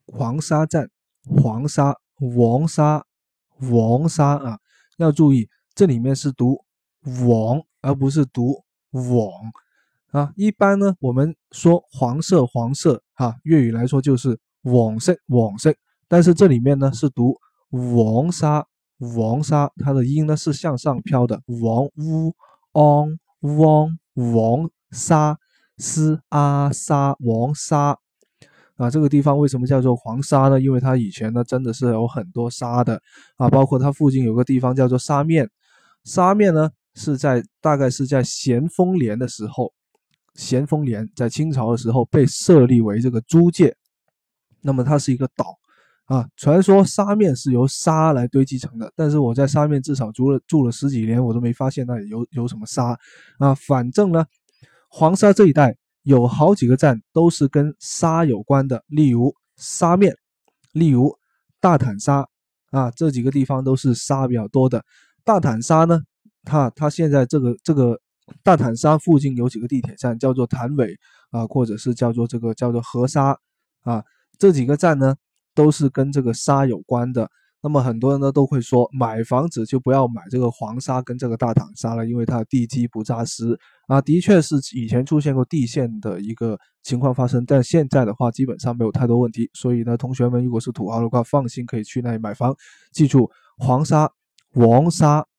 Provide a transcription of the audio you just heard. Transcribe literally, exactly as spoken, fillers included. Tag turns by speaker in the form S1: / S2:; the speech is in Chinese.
S1: 黄沙站，黄沙，黄沙，黄沙啊，要注意这里面是读黄而不是读网啊。一般呢，我们说黄色黄色啊，粤语来说就是黄色黄色，但是这里面呢是读黄沙黄沙，它的音呢是向上飘的，黄乌昂汪黄沙斯阿沙黄沙啊。这个地方为什么叫做黄沙呢？因为它以前呢真的是有很多沙的啊，包括它附近有个地方叫做沙面，沙面呢是在大概是在咸丰年的时候，咸丰年在清朝的时候被设立为这个租界，那么它是一个岛啊。传说沙面是由沙来堆积成的，但是我在沙面至少住了住了十几年，我都没发现那里有有什么沙啊。反正呢，黄沙这一带有好几个站都是跟沙有关的，例如沙面，例如大坦沙啊，这几个地方都是沙比较多的。大坦沙呢，它它现在这个这个大坦沙附近有几个地铁站，叫做潭尾啊，或者是叫做这个叫做河沙啊，这几个站呢都是跟这个沙有关的。那么很多人呢都会说，买房子就不要买这个黄沙跟这个大坦沙了，因为它的地基不扎实啊。的确是以前出现过地陷的一个情况发生，但现在的话基本上没有太多问题。所以呢，同学们如果是土豪的话，放心可以去那里买房。记住，黄沙、黄沙